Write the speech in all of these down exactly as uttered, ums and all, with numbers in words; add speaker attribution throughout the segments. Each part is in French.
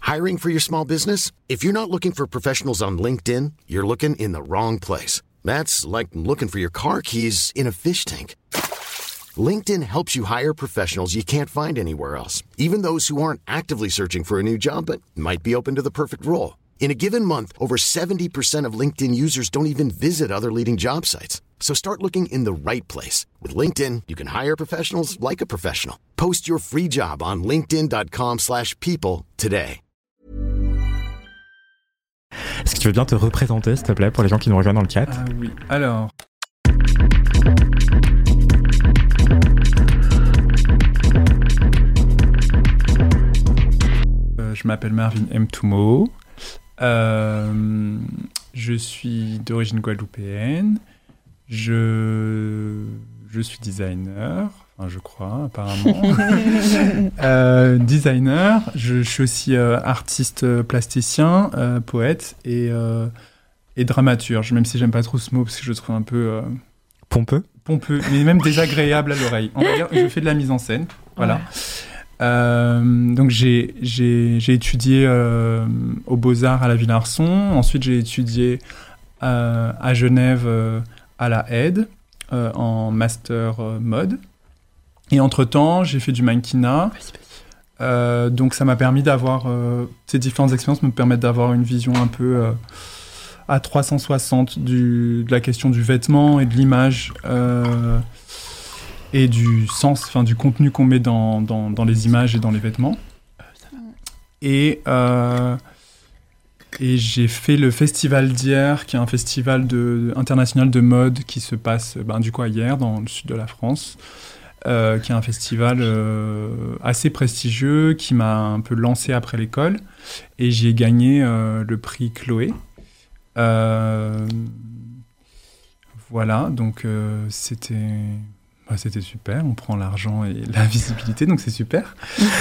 Speaker 1: Hiring for your small business? If you're not looking for professionals on LinkedIn, you're looking in the wrong place. That's like looking for your car keys in a fish tank. LinkedIn helps you hire professionals you can't find anywhere else, even those who aren't actively searching for a new job but might be open to the perfect role. In a given month, over seventy percent of LinkedIn users don't even visit other leading job sites. So start looking in the right place. With LinkedIn, you can hire professionals like a professional. Post your free job on linkedin.com slash people today.
Speaker 2: Est-ce que tu veux bien te représenter, s'il te plaît, pour les gens qui nous rejoignent dans le chat?
Speaker 3: Ah oui, alors... Je m'appelle Marvin M. Toumo. Euh, je suis d'origine guadeloupéenne. Je, je suis designer, enfin je crois, apparemment. euh, designer. Je, je suis aussi euh, artiste plasticien, euh, poète et, euh, et dramaturge, même si j'aime pas trop ce mot parce que je le trouve un peu... Euh,
Speaker 2: pompeux
Speaker 3: Pompeux, mais même désagréable à l'oreille. On va dire, je fais de la mise en scène, voilà. Ouais. Euh, donc j'ai, j'ai, j'ai étudié euh, aux Beaux-Arts à la Villarson. Ensuite j'ai étudié euh, à Genève euh, à la Aide euh, en master euh, mode. Et entre-temps j'ai fait du mannequinat. Euh, donc ça m'a permis d'avoir... Euh, ces différentes expériences me permettent d'avoir une vision un peu euh, à trois cent soixante du, de la question du vêtement et de l'image euh, et du sens, enfin du contenu qu'on met dans, dans, dans les images et dans les vêtements. Et, euh, et j'ai fait le Festival d'Hyères, qui est un festival de, international de mode qui se passe ben, du coup à Hyères, dans le sud de la France, euh, qui est un festival euh, assez prestigieux, qui m'a un peu lancé après l'école. Et j'y ai gagné euh, le prix Chloé. Euh, voilà, donc euh, c'était... Bah, c'était super, on prend l'argent et la visibilité, donc c'est super.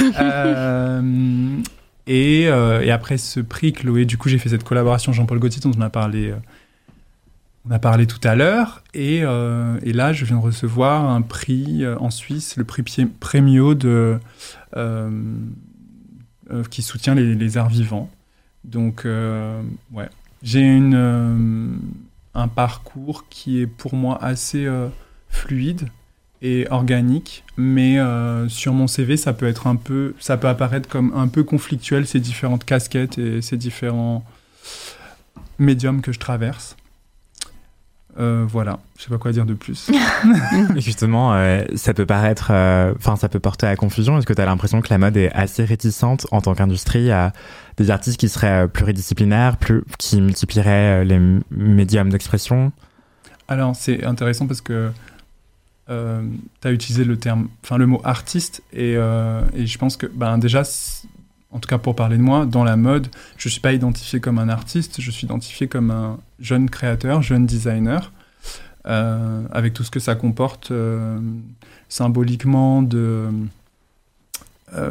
Speaker 3: euh, et, euh, et après ce prix, Chloé, du coup, j'ai fait cette collaboration Jean-Paul Gaultier dont on a parlé, euh, on a parlé tout à l'heure. Et, euh, et là, je viens de recevoir un prix euh, en Suisse, le prix Premio de, euh, euh, qui soutient les, les arts vivants. Donc, euh, ouais, j'ai une, euh, un parcours qui est pour moi assez euh, fluide et organique, mais euh, sur mon C V, ça peut être un peu, ça peut apparaître comme un peu conflictuel, ces différentes casquettes et ces différents médiums que je traverse. Euh, voilà, je sais pas quoi dire de plus.
Speaker 2: Justement, euh, ça peut paraître, enfin, euh, ça peut porter à confusion. Est-ce que tu as l'impression que la mode est assez réticente en tant qu'industrie à des artistes qui seraient pluridisciplinaires, plus, qui multiplieraient les m- médiums d'expression?
Speaker 3: Alors, c'est intéressant parce que Euh, tu as utilisé le terme, enfin le mot artiste, et, euh, et je pense que ben, déjà, en tout cas pour parler de moi, dans la mode, je ne suis pas identifié comme un artiste, je suis identifié comme un jeune créateur, jeune designer, euh, avec tout ce que ça comporte euh, symboliquement de, euh,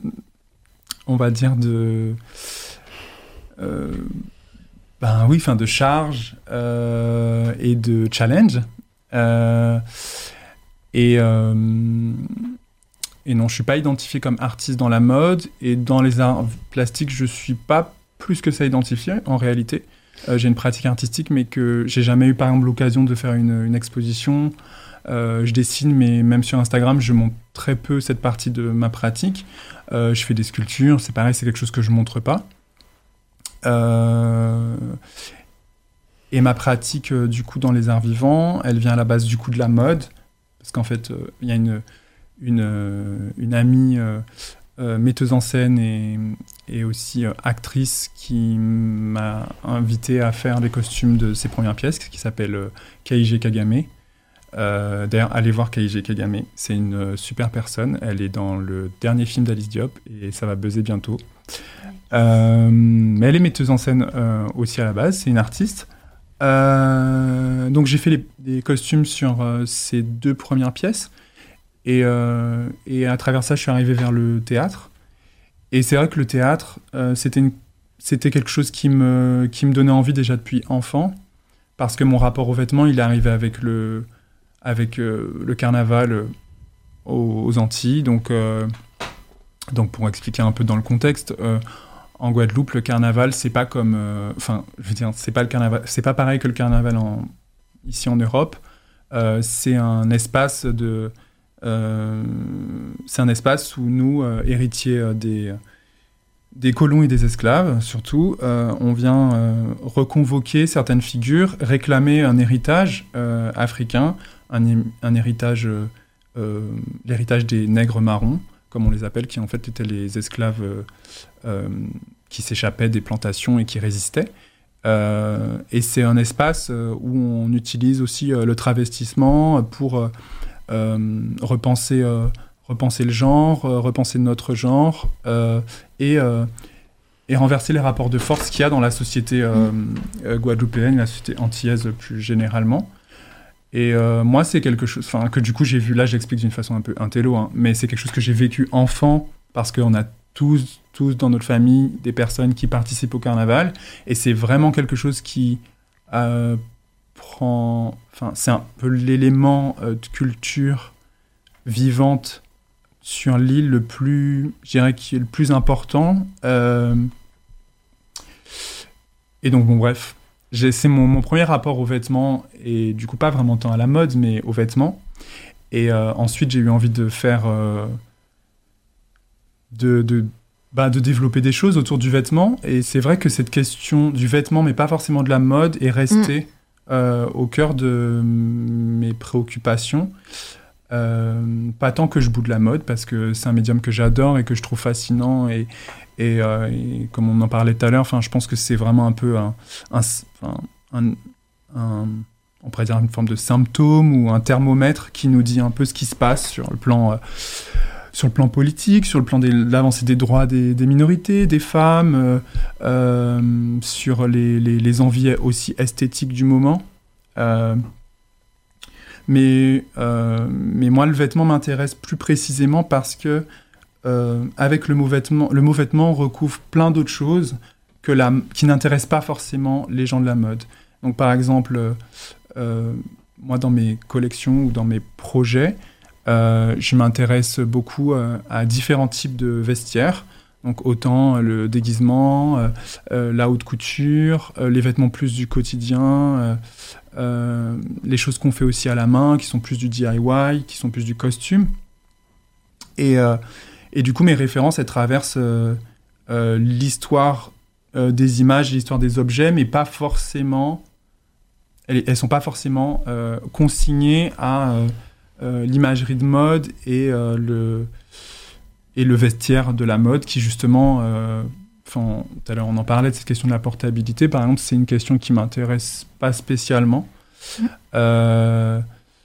Speaker 3: on va dire de, euh, ben oui, enfin de charge euh, et de challenge. Euh, Et, euh, et non, je ne suis pas identifié comme artiste dans la mode. Et dans les arts plastiques, je ne suis pas plus que ça identifié, en réalité. Euh, j'ai une pratique artistique, mais que je n'ai jamais eu, par exemple, l'occasion de faire une, une exposition. Euh, je dessine, mais même sur Instagram, je montre très peu cette partie de ma pratique. Euh, je fais des sculptures, c'est pareil, c'est quelque chose que je ne montre pas. Euh... Et ma pratique, euh, du coup, dans les arts vivants, elle vient à la base, du coup, de la mode. Parce qu'en fait, il euh, y a une, une, euh, une amie euh, euh, metteuse en scène et, et aussi euh, actrice qui m'a invité à faire les costumes de ses premières pièces, qui s'appelle euh, Kaige Kagame. Euh, d'ailleurs, allez voir Kaige Kagame, c'est une euh, super personne. Elle est dans le dernier film d'Alice Diop et ça va buzzer bientôt. Euh, mais elle est metteuse en scène euh, aussi à la base, c'est une artiste. Euh, donc j'ai fait les, les costumes sur euh, ces deux premières pièces et, euh, et à travers ça je suis arrivé vers le théâtre et c'est vrai que le théâtre euh, c'était, une, c'était quelque chose qui me, qui me donnait envie déjà depuis enfant parce que mon rapport aux vêtements il est arrivé avec le, avec, euh, le carnaval euh, aux, aux Antilles donc, euh, donc pour expliquer un peu dans le contexte euh, en Guadeloupe, le carnaval, c'est pas comme, enfin, euh, je veux dire, c'est pas le carnaval, c'est pas pareil que le carnaval en, ici en Europe. Euh, c'est un espace de, euh, c'est un espace où nous, euh, héritiers euh, des des colons et des esclaves, surtout, euh, on vient euh, reconvoquer certaines figures, réclamer un héritage euh, africain, un, un héritage, euh, euh, l'héritage des nègres marrons, comme on les appelle, qui en fait étaient les esclaves euh, euh, qui s'échappaient des plantations et qui résistaient. Euh, et c'est un espace euh, où on utilise aussi euh, le travestissement pour euh, euh, repenser, euh, repenser le genre, euh, repenser notre genre, euh, et, euh, et renverser les rapports de force qu'il y a dans la société euh, euh, guadeloupéenne, la société antillaise plus généralement. Et euh, moi, c'est quelque chose que du coup j'ai vu, là j'explique d'une façon un peu intello, hein, mais c'est quelque chose que j'ai vécu enfant, parce qu'on a tous, tous dans notre famille des personnes qui participent au carnaval, et c'est vraiment quelque chose qui euh, prend... Enfin, c'est un peu l'élément euh, de culture vivante sur l'île le plus, je dirais, qui est le plus important. Euh... Et donc, bon, bref, j'ai, c'est mon, mon premier rapport aux vêtements, et du coup, pas vraiment tant à la mode, mais aux vêtements. Et euh, ensuite, j'ai eu envie de faire... Euh... de, de, bah, de développer des choses autour du vêtement. Et c'est vrai que cette question du vêtement, mais pas forcément de la mode, est restée mmh. euh, au cœur de mes préoccupations. Euh, pas tant que je boude la mode, parce que c'est un médium que j'adore et que je trouve fascinant, et, et, euh, et comme on en parlait tout à l'heure, je pense que c'est vraiment un peu un, un, un, un, on pourrait dire une forme de symptôme ou un thermomètre qui nous dit un peu ce qui se passe sur le plan, euh, sur le plan politique, sur le plan de l'avancée des droits des, des minorités, des femmes, euh, euh, sur les, les, les envies aussi esthétiques du moment. Euh, Mais, euh, mais moi, le vêtement m'intéresse plus précisément parce que, euh, avec le mot vêtement, le mot vêtement recouvre plein d'autres choses que la, qui n'intéressent pas forcément les gens de la mode. Donc, par exemple, euh, moi, dans mes collections ou dans mes projets, euh, je m'intéresse beaucoup euh, à différents types de vestiaires. Donc, autant le déguisement, euh, euh, la haute couture, euh, les vêtements plus du quotidien, euh, euh, les choses qu'on fait aussi à la main, qui sont plus du D I Y, qui sont plus du costume. Et, euh, et du coup, mes références, elles traversent euh, euh, l'histoire euh, des images, l'histoire des objets, mais pas forcément... Elles, elles sont pas forcément euh, consignées à euh, euh, l'imagerie de mode et euh, le... et le vestiaire de la mode, qui justement, euh, enfin, tout à l'heure on en parlait de cette question de la portabilité, par exemple, c'est une question qui m'intéresse pas spécialement, mmh. euh,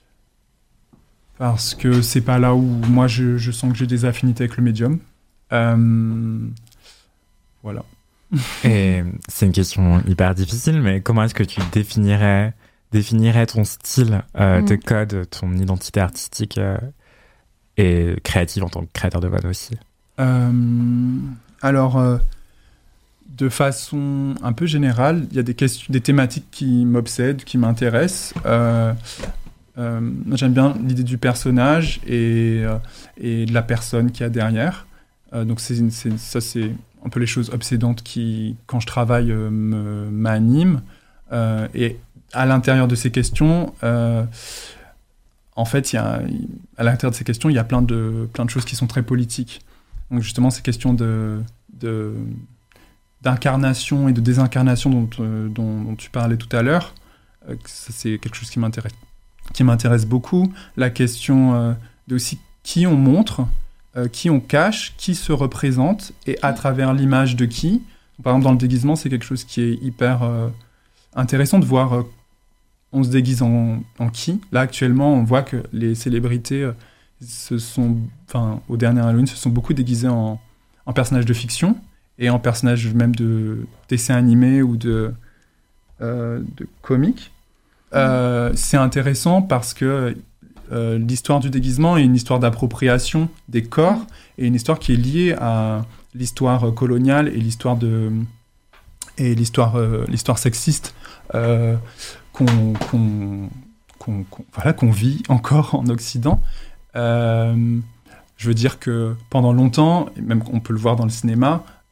Speaker 3: parce que c'est pas là où moi je, je sens que j'ai des affinités avec le médium. Euh, voilà.
Speaker 2: Et c'est une question hyper difficile, mais comment est-ce que tu définirais, définirais ton style, euh, mmh. tes codes, ton identité artistique euh, et créative en tant que créateur de mode aussi?
Speaker 3: euh, Alors, euh, de façon un peu générale, il y a des, questions, des thématiques qui m'obsèdent, qui m'intéressent. Euh, euh, j'aime bien l'idée du personnage et, euh, et de la personne qu'il y a derrière. Euh, donc, c'est, c'est, ça, c'est un peu les choses obsédantes qui, quand je travaille, euh, me, m'animent. Euh, et à l'intérieur de ces questions... Euh, En fait, il y a, à l'intérieur de ces questions, il y a plein de, plein de choses qui sont très politiques. Donc justement, ces questions de, de, d'incarnation et de désincarnation dont, euh, dont, dont tu parlais tout à l'heure, euh, ça, c'est quelque chose qui m'intéresse, qui m'intéresse beaucoup. La question euh, de aussi qui on montre, euh, qui on cache, qui se représente, et à travers l'image de qui. Par exemple, dans le déguisement, c'est quelque chose qui est hyper euh, intéressant de voir... Euh, on se déguise en, en qui ? Là, actuellement, on voit que les célébrités euh, se sont, enfin, au dernier Halloween, se sont beaucoup déguisées en, en personnages de fiction et en personnages même de dessins animés ou de, euh, de comiques. Mmh. Euh, c'est intéressant parce que euh, l'histoire du déguisement est une histoire d'appropriation des corps mmh. et une histoire qui est liée à l'histoire coloniale et l'histoire, de, et l'histoire, euh, l'histoire sexiste euh, Qu'on, qu'on, qu'on, qu'on, voilà, qu'on vit encore en Occident. Euh, je veux dire que pendant longtemps, et même on peut le voir dans le cinéma,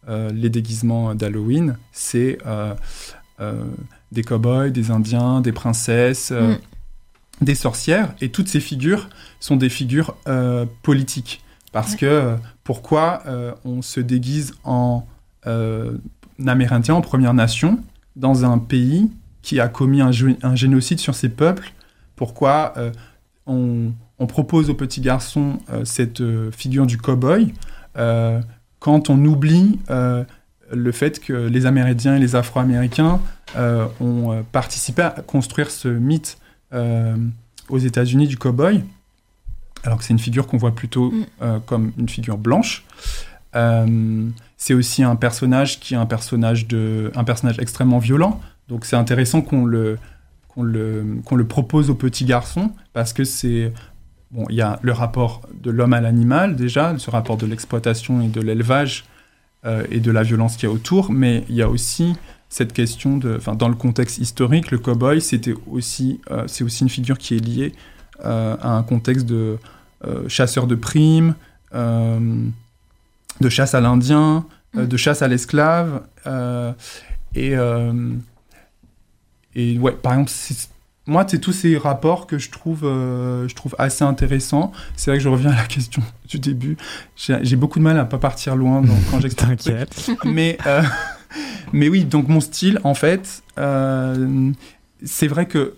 Speaker 3: euh, les déguisements d'Halloween, c'est euh, euh, des cow-boys, des indiens, des princesses, euh, mm. des sorcières, et toutes ces figures sont des figures euh, politiques. Parce ouais. que euh, pourquoi euh, on se déguise en euh, Amérindien, en Première Nation, dans un pays qui a commis un, gé- un génocide sur ses peuples? Pourquoi euh, on, on propose aux petits garçons euh, cette euh, figure du cow-boy euh, quand on oublie euh, le fait que les Amérindiens et les Afro-Américains euh, ont euh, participé à construire ce mythe euh, aux États-Unis du cow-boy, alors que c'est une figure qu'on voit plutôt mm. euh, comme une figure blanche. Euh, c'est aussi un personnage qui est un personnage, de, un personnage extrêmement violent, donc c'est intéressant qu'on le, qu'on le, qu'on le propose aux petits garçons, parce que c'est... Bon, il y a le rapport de l'homme à l'animal, déjà, ce rapport de l'exploitation et de l'élevage euh, et de la violence qu'il y a autour, mais il y a aussi cette question de... Enfin, dans le contexte historique, le cow-boy, c'était aussi, euh, c'est aussi une figure qui est liée euh, à un contexte de euh, chasseur de primes, euh, de chasse à l'Indien, euh, de chasse à l'esclave, euh, et... Euh, et ouais, par exemple... C'est, moi, c'est tous ces rapports que je trouve, euh, je trouve assez intéressants. C'est vrai que je reviens à la question du début. J'ai, j'ai beaucoup de mal à ne pas partir loin donc, quand j'explique.
Speaker 2: T'inquiète.
Speaker 3: Mais, euh, mais oui, donc mon style, en fait, euh, c'est vrai que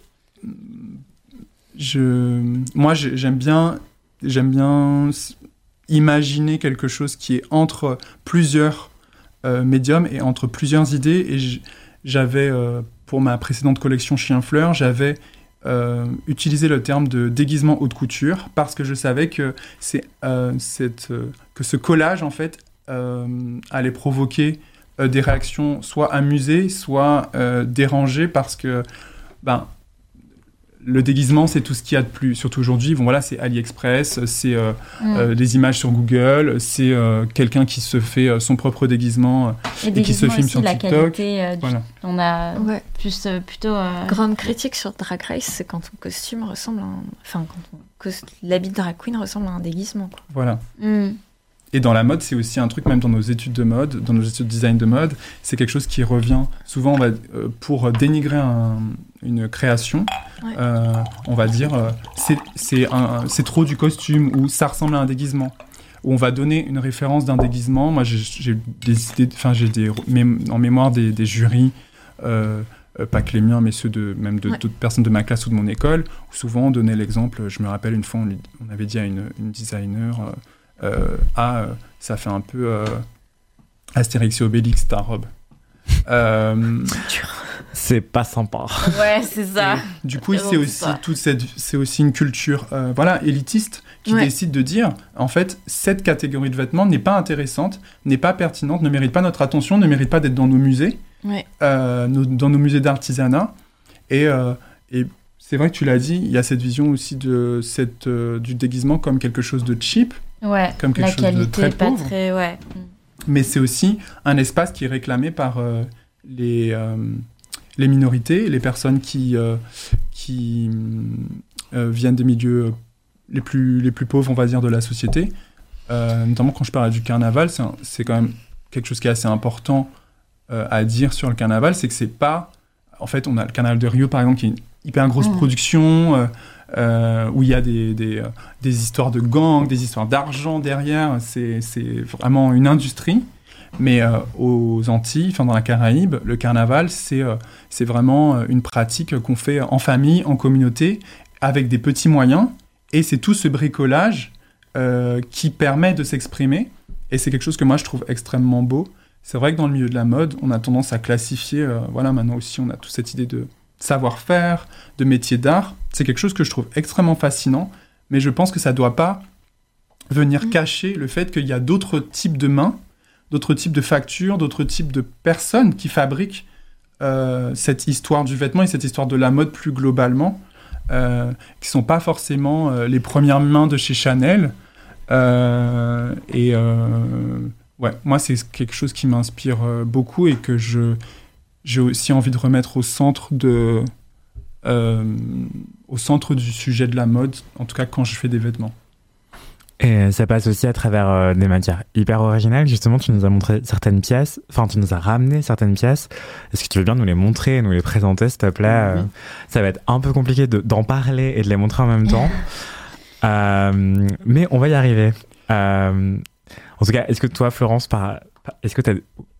Speaker 3: je, moi, j'aime bien, j'aime bien imaginer quelque chose qui est entre plusieurs euh, médiums et entre plusieurs idées. Et j'avais... Euh, pour ma précédente collection Chien-Fleur, j'avais euh, utilisé le terme de déguisement haute couture parce que je savais que, c'est, euh, cette, euh, que ce collage, en fait, euh, allait provoquer euh, des réactions soit amusées, soit euh, dérangées parce que ben, le déguisement, c'est tout ce qu'il y a de plus. Surtout aujourd'hui, bon, voilà, c'est AliExpress, c'est euh, mm. euh, des images sur Google, c'est euh, quelqu'un qui se fait euh, son propre déguisement euh, et, et qui se filme sur
Speaker 4: la
Speaker 3: TikTok.
Speaker 4: Qualité, euh,
Speaker 3: voilà.
Speaker 4: du... On a ouais. plus, euh, plutôt... Euh...
Speaker 5: Grande critique sur Drag Race, c'est quand ton costume ressemble à un... Enfin, quand ton cos... l'habit de drag queen ressemble à un déguisement, quoi.
Speaker 3: Voilà.
Speaker 4: Mm.
Speaker 3: Et dans la mode, c'est aussi un truc, même dans nos études de mode, dans nos études de design de mode, c'est quelque chose qui revient souvent on va, euh, pour dénigrer un, une création. Ouais. Euh, on va dire, euh, c'est, c'est, un, c'est trop du costume ou ça ressemble à un déguisement. Où on va donner une référence d'un déguisement. Moi, j'ai, j'ai des idées, enfin, j'ai des, mé- en mémoire des, des jurys, euh, euh, pas que les miens, mais ceux de, même de, ouais. d'autres personnes de ma classe ou de mon école, où souvent on donnait l'exemple. Je me rappelle une fois, on, lui, on avait dit à une, une designer. Euh, Euh, ah, euh, ça fait un peu euh, Astérix et Obélix ta robe. Euh,
Speaker 2: c'est pas sympa.
Speaker 4: Ouais, c'est ça.
Speaker 3: Du coup, c'est, c'est aussi toute cette, c'est aussi une culture, euh, voilà, élitiste qui ouais. décide de dire, en fait, cette catégorie de vêtements n'est pas intéressante, n'est pas pertinente, ne mérite pas notre attention, ne mérite pas d'être dans nos musées,
Speaker 4: ouais.
Speaker 3: euh, nos, dans nos musées d'artisanat, et, euh, et c'est vrai que tu l'as dit, il y a cette vision aussi de cette, euh, du déguisement comme quelque chose de cheap.
Speaker 4: Ouais,
Speaker 3: comme quelque
Speaker 4: la
Speaker 3: chose
Speaker 4: qualité
Speaker 3: de très
Speaker 4: pas
Speaker 3: pauvre.
Speaker 4: Très, ouais.
Speaker 3: Mais c'est aussi un espace qui est réclamé par euh, les, euh, les minorités, les personnes qui, euh, qui euh, viennent des milieux les plus, les plus pauvres, on va dire, de la société. Euh, notamment quand je parle du carnaval, c'est, un, c'est quand même quelque chose qui est assez important euh, à dire sur le carnaval, c'est que c'est pas... En fait, on a le carnaval de Rio, par exemple, qui est une hyper grosse mmh. production... Euh, Euh, où il y a des, des, euh, des histoires de gangs, des histoires d'argent derrière, c'est, c'est vraiment une industrie. Mais euh, aux Antilles, enfin dans la Caraïbe, le carnaval, c'est, euh, c'est vraiment une pratique qu'on fait en famille, en communauté, avec des petits moyens. Et c'est tout ce bricolage euh, qui permet de s'exprimer. Et c'est quelque chose que moi, je trouve extrêmement beau. C'est vrai que dans le milieu de la mode, on a tendance à classifier... Euh, voilà, maintenant aussi, on a toute cette idée de... savoir-faire, de métier d'art, c'est quelque chose que je trouve extrêmement fascinant, mais je pense que ça ne doit pas venir mmh. cacher le fait qu'il y a d'autres types de mains, d'autres types de factures, d'autres types de personnes qui fabriquent euh, cette histoire du vêtement et cette histoire de la mode plus globalement, euh, qui ne sont pas forcément euh, les premières mains de chez Chanel. Euh, et euh, ouais, moi, c'est quelque chose qui m'inspire euh, beaucoup et que je... j'ai aussi envie de remettre au centre, de, euh, au centre du sujet de la mode, en tout cas quand je fais des vêtements.
Speaker 2: Et ça passe aussi à travers euh, des matières hyper originales. Justement, tu nous as montré certaines pièces, enfin, tu nous as ramené certaines pièces. Est-ce que tu veux bien nous les montrer, nous les présenter, s'il te plaît? Oui. euh, Ça va être un peu compliqué de, d'en parler et de les montrer en même temps. euh, mais on va y arriver. Euh, en tout cas, est-ce que toi, Florence, par, est-ce que tu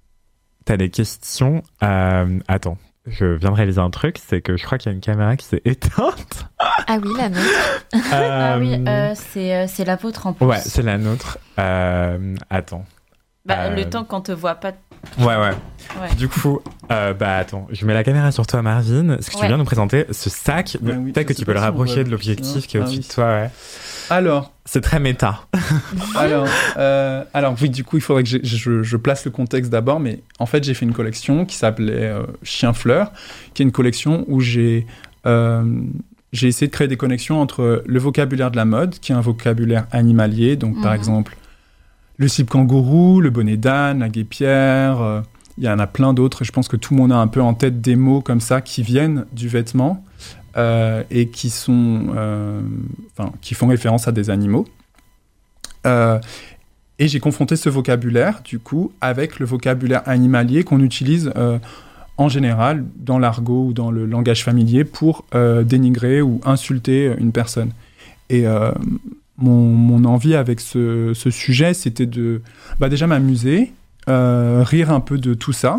Speaker 2: as des questions? euh, Attends. Je viens de réaliser un truc, c'est que je crois qu'il y a une caméra qui s'est éteinte.
Speaker 5: Ah oui, la nôtre.
Speaker 2: euh...
Speaker 4: Ah oui, euh, c'est, euh, c'est la vôtre en plus.
Speaker 2: Ouais, c'est la nôtre. Euh... Attends.
Speaker 4: Bah,
Speaker 2: euh...
Speaker 4: Le temps qu'on te voit pas.
Speaker 2: Ouais, ouais.
Speaker 4: ouais.
Speaker 2: Du coup, euh, bah attends, je mets la caméra sur toi, Marvin. Est-ce que tu
Speaker 4: ouais.
Speaker 2: veux bien nous présenter ce sac?
Speaker 3: Ben oui,
Speaker 2: Peut-être que tu peux le rapprocher de l'objectif qui est au-dessus ah, oui. de toi, ouais.
Speaker 3: Alors,
Speaker 2: c'est très méta.
Speaker 3: alors, euh, alors oui, du coup, il faudrait que je, je, je place le contexte d'abord, mais en fait, j'ai fait une collection qui s'appelait euh, Chien Fleur, qui est une collection où j'ai euh, j'ai essayé de créer des connexions entre le vocabulaire de la mode, qui est un vocabulaire animalier, donc mm-hmm. par exemple le slip kangourou, le bonnet d'âne, la guêpière. Euh, il y en a plein d'autres. Je pense que tout le monde a un peu en tête des mots comme ça qui viennent du vêtement. Euh, et qui sont, euh, enfin, qui font référence à des animaux. Euh, et j'ai confronté ce vocabulaire, du coup, avec le vocabulaire animalier qu'on utilise euh, en général dans l'argot ou dans le langage familier pour euh, dénigrer ou insulter une personne. Et euh, mon, mon envie avec ce, ce sujet, c'était de, bah, déjà m'amuser, euh, rire un peu de tout ça.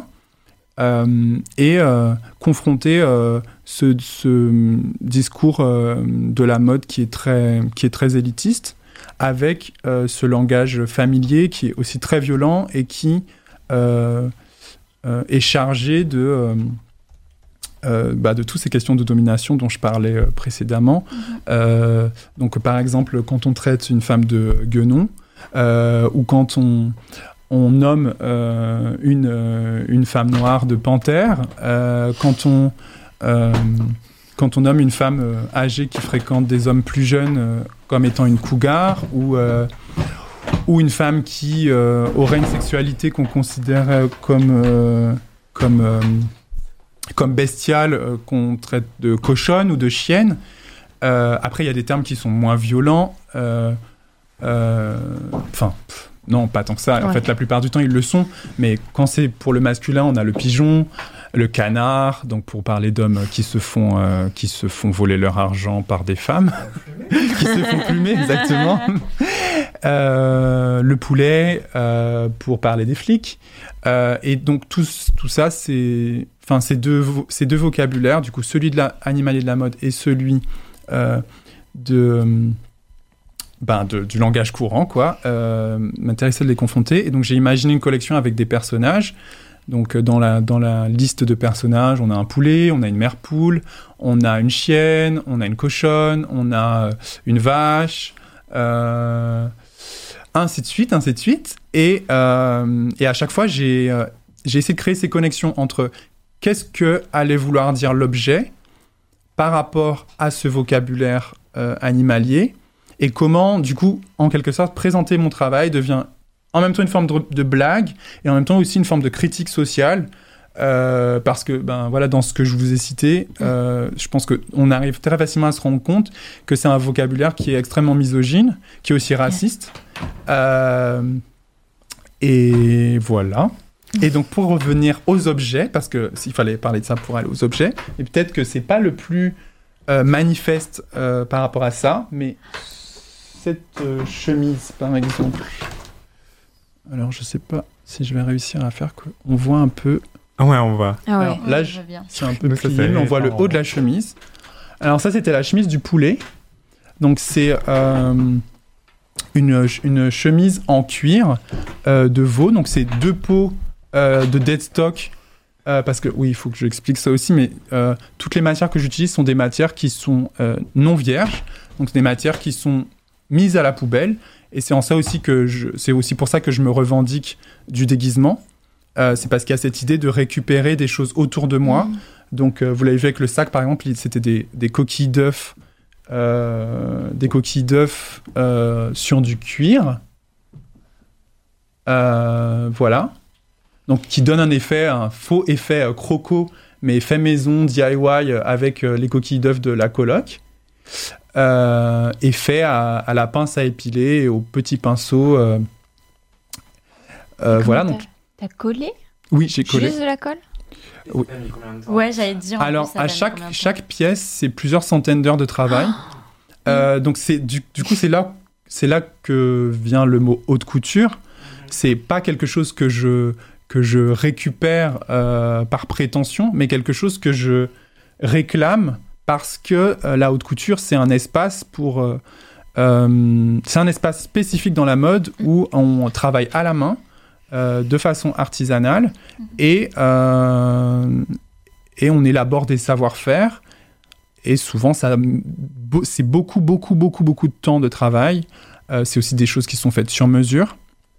Speaker 3: Euh, et euh, confronter euh, ce, ce discours euh, de la mode qui est très, qui est très élitiste avec euh, ce langage familier qui est aussi très violent et qui euh, euh, est chargé de, euh, euh, bah, de toutes ces questions de domination dont je parlais euh, précédemment. Mmh. Euh, donc par exemple, quand on traite une femme de guenon euh, ou quand on on nomme euh, une, euh, une femme noire de panthère, euh, quand, on, euh, quand on nomme une femme euh, âgée qui fréquente des hommes plus jeunes euh, comme étant une cougar, ou, euh, ou une femme qui euh, aurait une sexualité qu'on considère comme, euh, comme, euh, comme bestiale, euh, qu'on traite de cochonne ou de chienne. Euh, après, il y a des termes qui sont moins violents. Euh, euh, enfin... Non, pas tant que ça. Ouais. En fait, la plupart du temps, ils le sont. Mais quand c'est pour le masculin, on a le pigeon, le canard. Donc, pour parler d'hommes qui se font, euh, qui se font voler leur argent par des femmes. qui se font plumer, exactement. euh, le poulet, euh, pour parler des flics. Euh, et donc, tout, tout ça, c'est... Enfin, ces deux, ces deux vocabulaires, du coup, celui de l'animalier de la mode et celui euh, de... Ben, de, du langage courant, quoi, euh, m'intéressait de les confronter. Et donc, j'ai imaginé une collection avec des personnages. Donc, dans la, dans la liste de personnages, on a un poulet, on a une mère poule, on a une chienne, on a une cochonne, on a une vache, euh, ainsi de suite, ainsi de suite. Et, euh, et à chaque fois, j'ai, euh, j'ai essayé de créer ces connexions entre qu'est-ce que allait vouloir dire l'objet par rapport à ce vocabulaire euh, animalier, et comment, du coup, en quelque sorte, présenter mon travail devient en même temps une forme de, de blague et en même temps aussi une forme de critique sociale. Euh, parce que, ben, voilà, dans ce que je vous ai cité, euh, je pense qu'on arrive très facilement à se rendre compte que c'est un vocabulaire qui est extrêmement misogyne, qui est aussi raciste. Euh, et voilà. Et donc, pour revenir aux objets, parce que s'il fallait parler de ça pour aller aux objets, et peut-être que c'est pas le plus euh, manifeste euh, par rapport à ça, mais cette euh, chemise, par exemple. Alors, je sais pas si je vais réussir à faire qu'on voit un peu.
Speaker 2: Ouais, on voit.
Speaker 5: Ah ouais.
Speaker 3: Alors, là, je, c'est un peu
Speaker 2: Donc,
Speaker 3: plié, mais on voit le haut de la chemise. Alors, ça, c'était la chemise du poulet. Donc, c'est euh, une, une chemise en cuir euh, de veau. Donc, c'est deux peaux euh, de deadstock. Euh, parce que, oui, il faut que j'explique ça aussi, mais euh, toutes les matières que j'utilise sont des matières qui sont euh, non vierges. Donc, c'est des matières qui sont mises à la poubelle. Et c'est en ça aussi que je, c'est aussi pour ça que je me revendique du déguisement. Euh, c'est parce qu'il y a cette idée de récupérer des choses autour de moi. Mmh. Donc, euh, vous l'avez vu avec le sac, par exemple, c'était des, des coquilles d'œufs, euh, des coquilles d'œufs euh, sur du cuir. Euh, voilà. Donc, qui donne un effet, un faux effet euh, croco, mais fait maison, D I Y, euh, avec euh, les coquilles d'œufs de la coloc. euh, est fait à, à la pince à épiler et au petit pinceau. Euh, euh, voilà.
Speaker 5: T'as,
Speaker 3: donc.
Speaker 5: T'as collé ?
Speaker 3: Oui, j'ai collé.
Speaker 5: Juste de la colle ?
Speaker 3: Oui.
Speaker 4: Ouais, j'allais dire.
Speaker 3: Alors, à chaque, chaque pièce, c'est plusieurs centaines d'heures de travail. Oh. Euh, donc, c'est, du, du coup, c'est là, c'est là que vient le mot haute couture. C'est pas quelque chose que je, que je récupère euh, par prétention, mais quelque chose que je réclame parce que euh, la haute couture, c'est un espace pour... Euh, euh, c'est un espace spécifique dans la mode où on travaille à la main, Euh, de façon artisanale et, euh, et on élabore des savoir-faire et souvent ça, c'est beaucoup beaucoup beaucoup beaucoup de temps de travail. Euh, c'est aussi des choses qui sont faites sur mesure.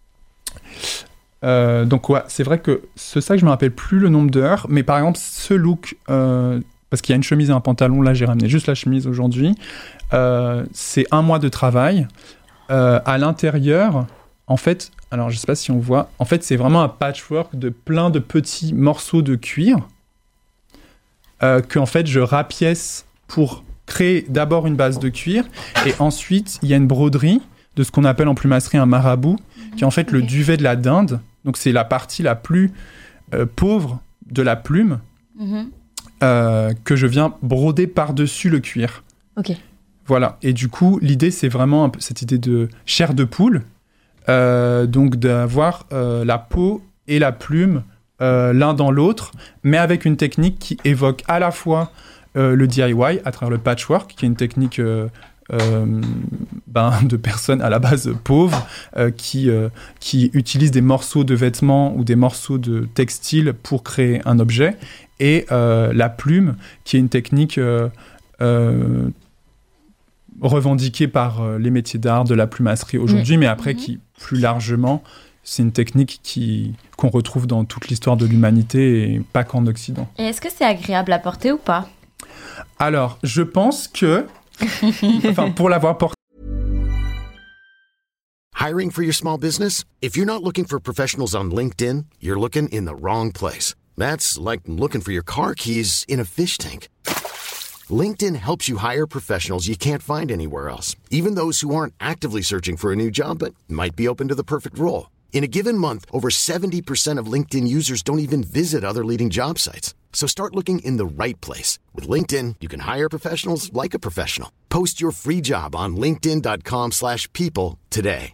Speaker 3: Euh, donc ouais, c'est vrai que c'est ça que je me rappelle plus le nombre d'heures, mais par exemple ce look, euh, parce qu'il y a une chemise et un pantalon, là j'ai ramené juste la chemise aujourd'hui, euh, c'est un mois de travail. Euh, à l'intérieur, en fait, alors je sais pas si on voit, en fait c'est vraiment un patchwork de plein de petits morceaux de cuir euh, que en fait je rapièce pour créer d'abord une base de cuir et ensuite il y a une broderie de ce qu'on appelle en plumasserie un marabout qui est en fait okay. le duvet de la dinde, donc c'est la partie la plus euh, pauvre de la plume mm-hmm. euh, que je viens broder par-dessus le cuir.
Speaker 5: Ok.
Speaker 3: Voilà, et du coup l'idée c'est vraiment un peu cette idée de chair de poule. Euh, donc d'avoir euh, la peau et la plume euh, l'un dans l'autre, mais avec une technique qui évoque à la fois euh, le D I Y à travers le patchwork, qui est une technique euh, euh, ben, de personnes à la base pauvres euh, qui, euh, qui utilisent des morceaux de vêtements ou des morceaux de textile pour créer un objet, et euh, la plume, qui est une technique euh, euh, revendiquée par euh, les métiers d'art de la plumasserie aujourd'hui, mmh. mais après mmh. qui, plus largement, c'est une technique qui, qu'on retrouve dans toute l'histoire de l'humanité et pas qu'en Occident.
Speaker 4: Et est-ce que c'est agréable à porter ou pas ?
Speaker 3: Alors, je pense que, enfin, pour l'avoir porté...
Speaker 1: Hiring for your small business? If you're not looking for professionals on LinkedIn, you're looking in the wrong place. That's like looking for your car keys in a fish tank. LinkedIn helps you hire professionals you can't find anywhere else, even those who aren't actively searching for a new job but might be open to the perfect role. In a given month, over seventy percent of LinkedIn users don't even visit other leading job sites. So start looking in the right place. With LinkedIn, you can hire professionals like a professional. Post your free job on linkedin dot com slash people today.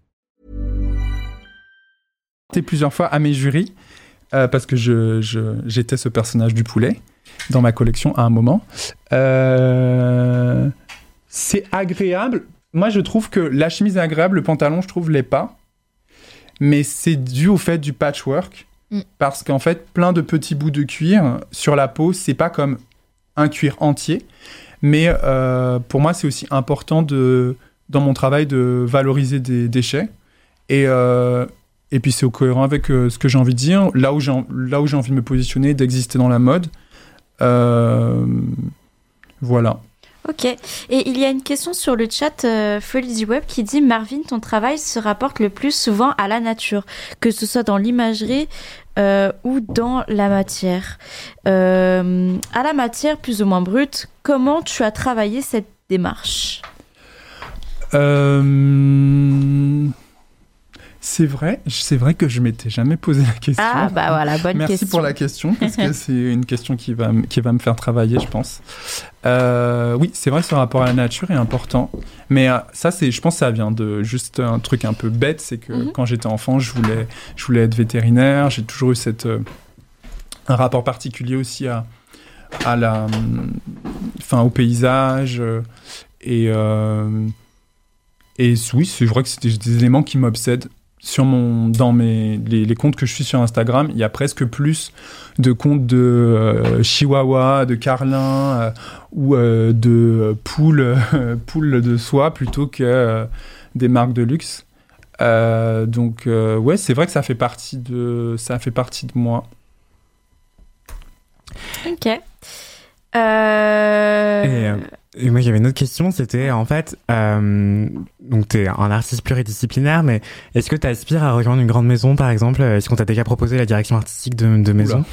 Speaker 3: Plusieurs fois à mes jurys, euh, parce que je, je, j'étais ce personnage du poulet dans ma collection à un moment. Euh, c'est agréable. Moi, je trouve que la chemise est agréable, le pantalon, je trouve, l'est pas. Mais c'est dû au fait du patchwork. Mm. Parce qu'en fait, plein de petits bouts de cuir sur la peau, c'est pas comme un cuir entier. Mais euh, pour moi, c'est aussi important de, dans mon travail de valoriser des déchets. Et, euh, et puis, c'est cohérent avec euh, ce que j'ai envie de dire. Là où j'ai, là où j'ai envie de me positionner, d'exister dans la mode. Euh, voilà.
Speaker 4: Ok. Et il y a une question sur le chat euh, Folie du Web qui dit « Marvin, ton travail se rapporte le plus souvent à la nature, que ce soit dans l'imagerie euh, ou dans la matière. Euh, à la matière plus ou moins brute, comment tu as travaillé cette démarche ?»
Speaker 3: euh... C'est vrai, c'est vrai que je m'étais jamais posé la question.
Speaker 4: Ah bah voilà, bonne
Speaker 3: Merci
Speaker 4: question.
Speaker 3: Merci pour la question, parce que c'est une question qui va, qui va me faire travailler, je pense. Euh, oui, c'est vrai que ce rapport à la nature est important, mais euh, ça, c'est, je pense que ça vient de juste un truc un peu bête, c'est que mm-hmm. quand j'étais enfant, je voulais, je voulais être vétérinaire, j'ai toujours eu cette, euh, un rapport particulier aussi à, à la, enfin, au paysage, euh, et, euh, et oui, c'est vrai que c'est des, des éléments qui m'obsèdent. Sur mon, dans mes, les, les comptes que je suis sur Instagram, il y a presque plus de comptes de euh, chihuahua, de carlin euh, ou euh, de poules, euh, poules de soie plutôt que euh, des marques de luxe. Euh, donc euh, ouais, c'est vrai que ça fait partie de, ça fait partie de moi.
Speaker 4: Ok. Euh...
Speaker 2: Et, euh, Et moi, j'avais une autre question, c'était en fait, euh, donc t'es un artiste pluridisciplinaire, mais est-ce que t'aspires à rejoindre une grande maison, par exemple? Est-ce qu'on t'a déjà proposé la direction artistique de, de maison?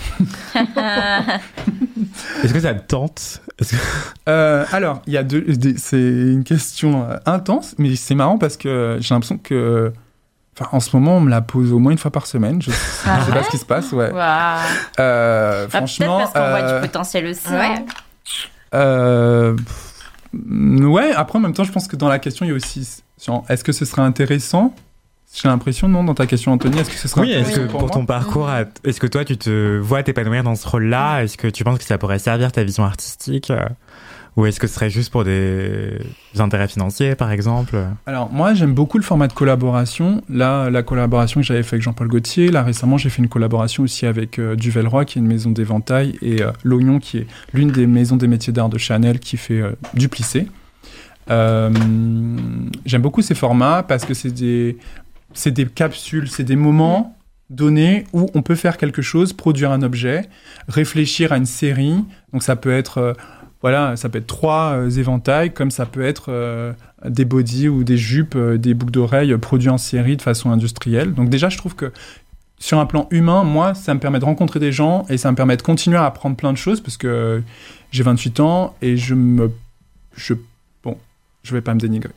Speaker 2: Est-ce que ça te tente? Est-ce que...
Speaker 3: euh, Alors, il y a deux, c'est une question intense, mais c'est marrant parce que j'ai l'impression que, enfin, en ce moment, on me la pose au moins une fois par semaine. Je,
Speaker 4: Ah
Speaker 3: je sais
Speaker 4: ouais
Speaker 3: pas ce qui se passe, ouais.
Speaker 4: Wow.
Speaker 3: Euh,
Speaker 4: Bah,
Speaker 3: franchement,
Speaker 4: peut-être parce qu'on voit
Speaker 3: euh,
Speaker 4: du potentiel aussi.
Speaker 5: ouais.
Speaker 4: hein.
Speaker 3: Euh, pff, ouais, après en même temps, je pense que dans la question, il y a aussi genre, est-ce que ce serait intéressant? J'ai l'impression, non, dans ta question, Anthony, est-ce que ce serait
Speaker 2: Oui, est-ce
Speaker 3: intéressant
Speaker 2: que pour
Speaker 3: moi
Speaker 2: ton parcours, est-ce que toi, tu te vois t'épanouir dans ce rôle-là? Est-ce que tu penses que ça pourrait servir ta vision artistique? Ou est-ce que ce serait juste pour des intérêts financiers, par exemple?
Speaker 3: Alors, moi, j'aime beaucoup le format de collaboration. Là, la collaboration que j'avais fait avec Jean-Paul Gaultier. Là, récemment, j'ai fait une collaboration aussi avec euh, Duvelroy, qui est une maison d'éventail, et euh, L'Oignon, qui est l'une des maisons des métiers d'art de Chanel, qui fait euh, du plissé. Euh, j'aime beaucoup ces formats parce que c'est des, c'est des capsules, c'est des moments donnés où on peut faire quelque chose, produire un objet, réfléchir à une série. Donc, ça peut être... Euh, Voilà, ça peut être trois euh, éventails, comme ça peut être euh, des bodys ou des jupes, euh, des boucles d'oreilles euh, produits en série de façon industrielle. Donc déjà, je trouve que sur un plan humain, moi, ça me permet de rencontrer des gens et ça me permet de continuer à apprendre plein de choses parce que j'ai vingt-huit ans et je me... Je, bon, je vais pas me dénigrer.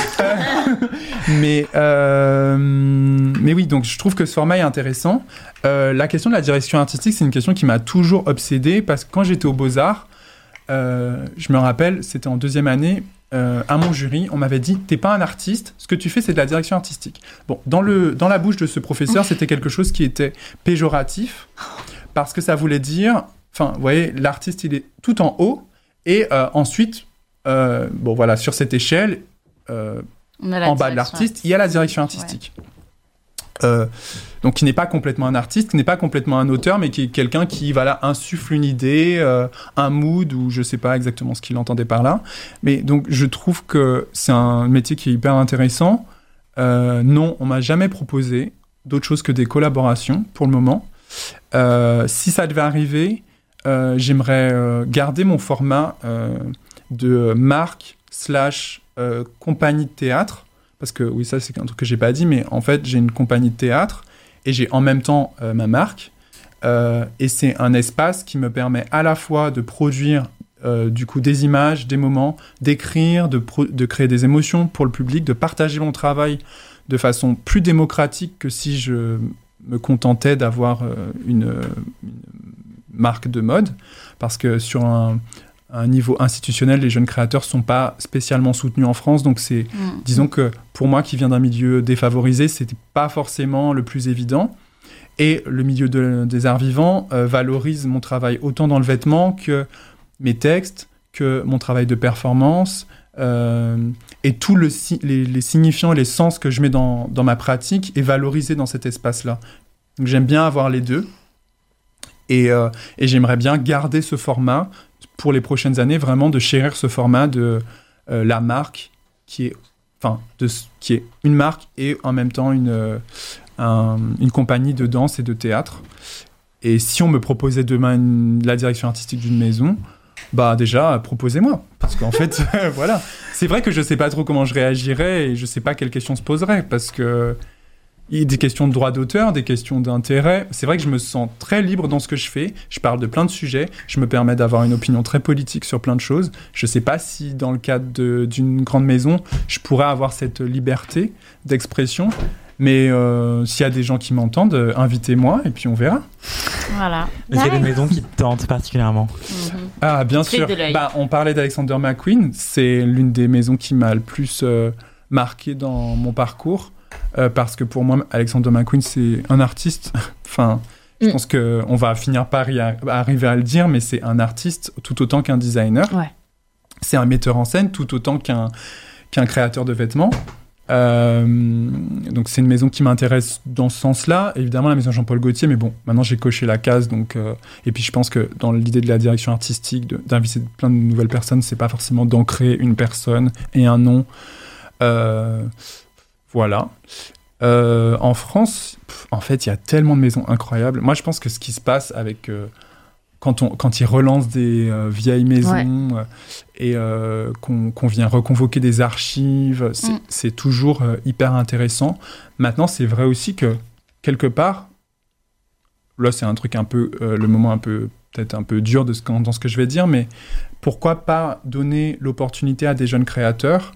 Speaker 3: mais, euh, mais oui, donc je trouve que ce format est intéressant. Euh, la question de la direction artistique, c'est une question qui m'a toujours obsédé parce que quand j'étais aux Beaux-Arts, Euh, je me rappelle, c'était en deuxième année, euh, à mon jury, on m'avait dit « T'es pas un artiste, ce que tu fais, c'est de la direction artistique. » Bon, dans, le, dans la bouche de ce professeur, c'était quelque chose qui était péjoratif, parce que ça voulait dire... Enfin, vous voyez, l'artiste, il est tout en haut, et euh, ensuite, euh, bon voilà, sur cette échelle, euh, en bas de l'artiste, il y a la direction artistique. Ouais. Euh, donc qui n'est pas complètement un artiste, qui n'est pas complètement un auteur, mais qui est quelqu'un qui voilà, insuffle une idée, euh, un mood, ou je ne sais pas exactement ce qu'il entendait par là. Mais donc je trouve que c'est un métier qui est hyper intéressant. Euh, non, on ne m'a jamais proposé d'autre chose que des collaborations pour le moment. Euh, si ça devait arriver, euh, j'aimerais euh, garder mon format euh, de marque slash euh, compagnie de théâtre. Parce que oui, ça c'est un truc que j'ai pas dit, mais en fait j'ai une compagnie de théâtre et j'ai en même temps euh, ma marque. Euh, et c'est un espace qui me permet à la fois de produire euh, du coup des images, des moments, d'écrire, de, pro- de créer des émotions pour le public, de partager mon travail de façon plus démocratique que si je me contentais d'avoir euh, une, une marque de mode. Parce que sur un... à un niveau institutionnel, les jeunes créateurs ne sont pas spécialement soutenus en France. Donc, c'est, mmh. disons que pour moi, qui viens d'un milieu défavorisé, ce n'était pas forcément le plus évident. Et le milieu de, des arts vivants euh, valorise mon travail autant dans le vêtement que mes textes, que mon travail de performance, euh, et tous le, les, les signifiants et les sens que je mets dans, dans ma pratique est valorisé dans cet espace-là. Donc, j'aime bien avoir les deux. Et, euh, et j'aimerais bien garder ce format pour les prochaines années, vraiment de chérir ce format de euh, la marque qui est, enfin, de, qui est une marque et en même temps une, euh, un, une compagnie de danse et de théâtre. Et si on me proposait demain une, la direction artistique d'une maison, bah déjà, proposez-moi. Parce qu'en fait, voilà. C'est vrai que je ne sais pas trop comment je réagirais et je ne sais pas quelles questions se poseraient parce que il y a des questions de droit d'auteur, des questions d'intérêt. C'est vrai que je me sens très libre dans ce que je fais. Je parle de plein de sujets. Je me permets d'avoir une opinion très politique sur plein de choses. Je ne sais pas si, dans le cadre de, d'une grande maison, je pourrais avoir cette liberté d'expression. Mais euh, s'il y a des gens qui m'entendent, euh, invitez-moi et puis on verra.
Speaker 4: Voilà.
Speaker 2: Est-ce qu'il y a des maisons qui te tentent particulièrement?
Speaker 4: Mm-hmm.
Speaker 3: Ah, bien sûr. Bah, on parlait d'Alexander McQueen. C'est l'une des maisons qui m'a le plus euh, marqué dans mon parcours. Euh, parce que pour moi, Alexander McQueen, c'est un artiste. Enfin, je mm. pense qu'on va finir par y a- arriver à le dire, mais c'est un artiste tout autant qu'un designer.
Speaker 4: Ouais.
Speaker 3: C'est un metteur en scène tout autant qu'un, qu'un créateur de vêtements. Euh, donc, c'est une maison qui m'intéresse dans ce sens-là. Évidemment, la maison Jean-Paul Gaultier, mais bon, maintenant j'ai coché la case. Donc, euh, et puis, je pense que dans l'idée de la direction artistique, de, d'inviter plein de nouvelles personnes, c'est pas forcément d'ancrer une personne et un nom. Euh, Voilà. Euh, en France, pff, en fait, il y a tellement de maisons incroyables. Moi, je pense que ce qui se passe avec... Euh, quand, on, quand ils relancent des euh, vieilles maisons
Speaker 5: Ouais.
Speaker 3: euh, et euh, qu'on, qu'on vient reconvoquer des archives, c'est,
Speaker 4: Mm.
Speaker 3: c'est toujours euh, hyper intéressant. Maintenant, c'est vrai aussi que, quelque part, là, c'est un truc un peu, euh, le moment un peu, peut-être un peu dur de ce, dans ce que je vais dire, mais pourquoi pas donner l'opportunité à des jeunes créateurs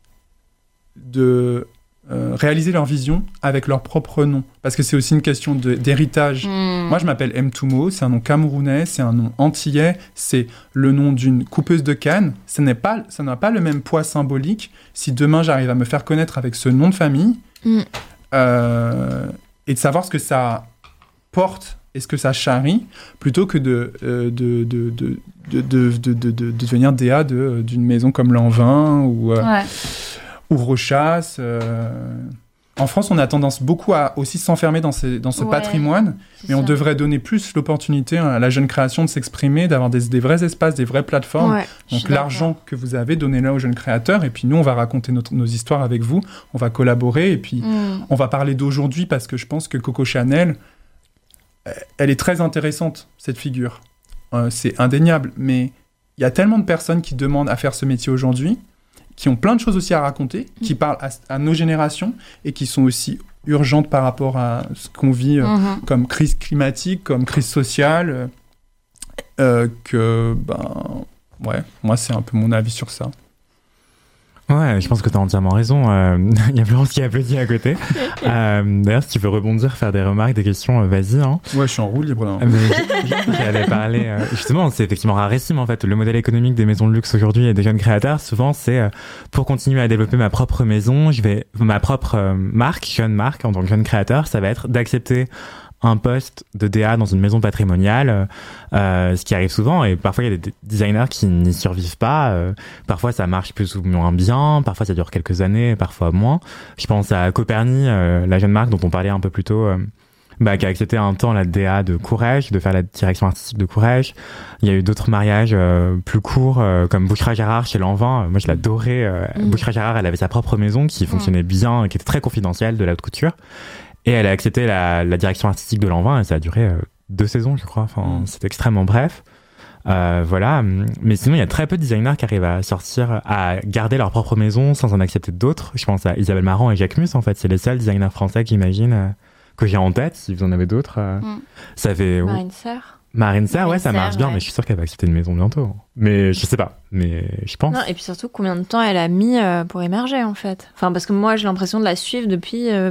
Speaker 3: de euh, réaliser leur vision avec leur propre nom. Parce que c'est aussi une question de, d'héritage.
Speaker 4: Mm.
Speaker 3: Moi, je m'appelle M. Toumo, c'est un nom camerounais, c'est un nom antillais, c'est le nom d'une coupeuse de canne. Ça n'est pas, ça n'a pas le même poids symbolique. Si demain, j'arrive à me faire connaître avec ce nom de famille,
Speaker 5: Mm.
Speaker 3: euh, et de savoir ce que ça porte et ce que ça charrie, plutôt que de, euh, de, de, de, de, de, de, de, de devenir D A de, d'une maison comme Lanvin ou... euh,
Speaker 4: Ouais.
Speaker 3: ou Rochas. euh. En France, on a tendance beaucoup à aussi s'enfermer dans, ces, dans ce
Speaker 4: Ouais,
Speaker 3: patrimoine,
Speaker 4: c'est
Speaker 3: mais on
Speaker 4: ça.
Speaker 3: devrait donner plus l'opportunité à la jeune création de s'exprimer, d'avoir des, des vrais espaces, des vraies plateformes.
Speaker 5: Ouais.
Speaker 4: Je suis
Speaker 3: Donc l'argent que vous avez, donnez-le aux jeunes créateurs, et puis nous, on va raconter notre- nos histoires avec vous, on va collaborer, et puis
Speaker 4: Mm.
Speaker 3: on va parler d'aujourd'hui, parce que je pense que Coco Chanel, euh, elle est très intéressante, cette figure. Euh, c'est indéniable, mais il y a tellement de personnes qui demandent à faire ce métier aujourd'hui, qui ont plein de choses aussi à raconter, qui parlent à, à nos générations, et qui sont aussi urgentes par rapport à ce qu'on vit euh,
Speaker 4: Mhm.
Speaker 3: comme crise climatique, comme crise sociale, euh, euh, que, ben, ouais, moi, c'est un peu mon avis sur ça.
Speaker 2: Ouais, je pense que tu as entièrement raison. Euh, Il y a Florence qui applaudit à côté. Euh, d'ailleurs, si tu veux rebondir, faire des remarques, des questions, euh, vas-y. Hein.
Speaker 3: Ouais, je suis en roue libre, là.
Speaker 2: Euh, mais j- J'allais parler... euh, justement, c'est effectivement rarissime, en fait. Le modèle économique des maisons de luxe aujourd'hui et des jeunes créateurs, souvent, c'est euh, pour continuer à développer ma propre maison, je vais ma propre euh, marque, jeune marque, en tant que jeune créateur, ça va être d'accepter un poste de D A dans une maison patrimoniale, euh, ce qui arrive souvent, et parfois il y a des designers qui n'y survivent pas, euh, parfois ça marche plus ou moins bien, parfois ça dure quelques années, parfois moins. Je pense à Coperni, euh, la jeune marque dont on parlait un peu plus tôt, euh, bah, qui a accepté un temps la D A de Courrèges, de faire la direction artistique de Courrèges. Il y a eu d'autres mariages euh, plus courts, euh, comme Boucherat Gérard chez Lanvin. Euh, moi je l'adorais. Euh,
Speaker 5: Mm.
Speaker 2: Boucherat Gérard, elle avait sa propre maison qui fonctionnait bien, qui était très confidentielle, de la haute couture. Et elle a accepté la, la direction artistique de Lanvin, et ça a duré euh, deux saisons, je crois. Enfin,
Speaker 3: Mm.
Speaker 2: c'est extrêmement bref. Euh, voilà. Mais sinon, il y a très peu de designers qui arrivent à sortir, à garder leur propre maison sans en accepter d'autres. Je pense à Isabelle Marant et Jacques Mus, en fait. C'est les seuls designers français que j'imagine, euh, que j'ai en tête. Si vous en avez d'autres, euh,
Speaker 4: Mm.
Speaker 2: ça fait...
Speaker 5: Marine Serre.
Speaker 2: Marine Serre, ouais,
Speaker 4: Marine
Speaker 2: ça marche
Speaker 4: Serre,
Speaker 2: bien,
Speaker 4: ouais.
Speaker 2: mais je suis sûr qu'elle va accepter une maison bientôt. Mais je sais pas, mais je pense.
Speaker 5: Non, et puis surtout, combien de temps elle a mis euh, pour émerger, en fait. Enfin, parce que moi, j'ai l'impression de la suivre depuis euh,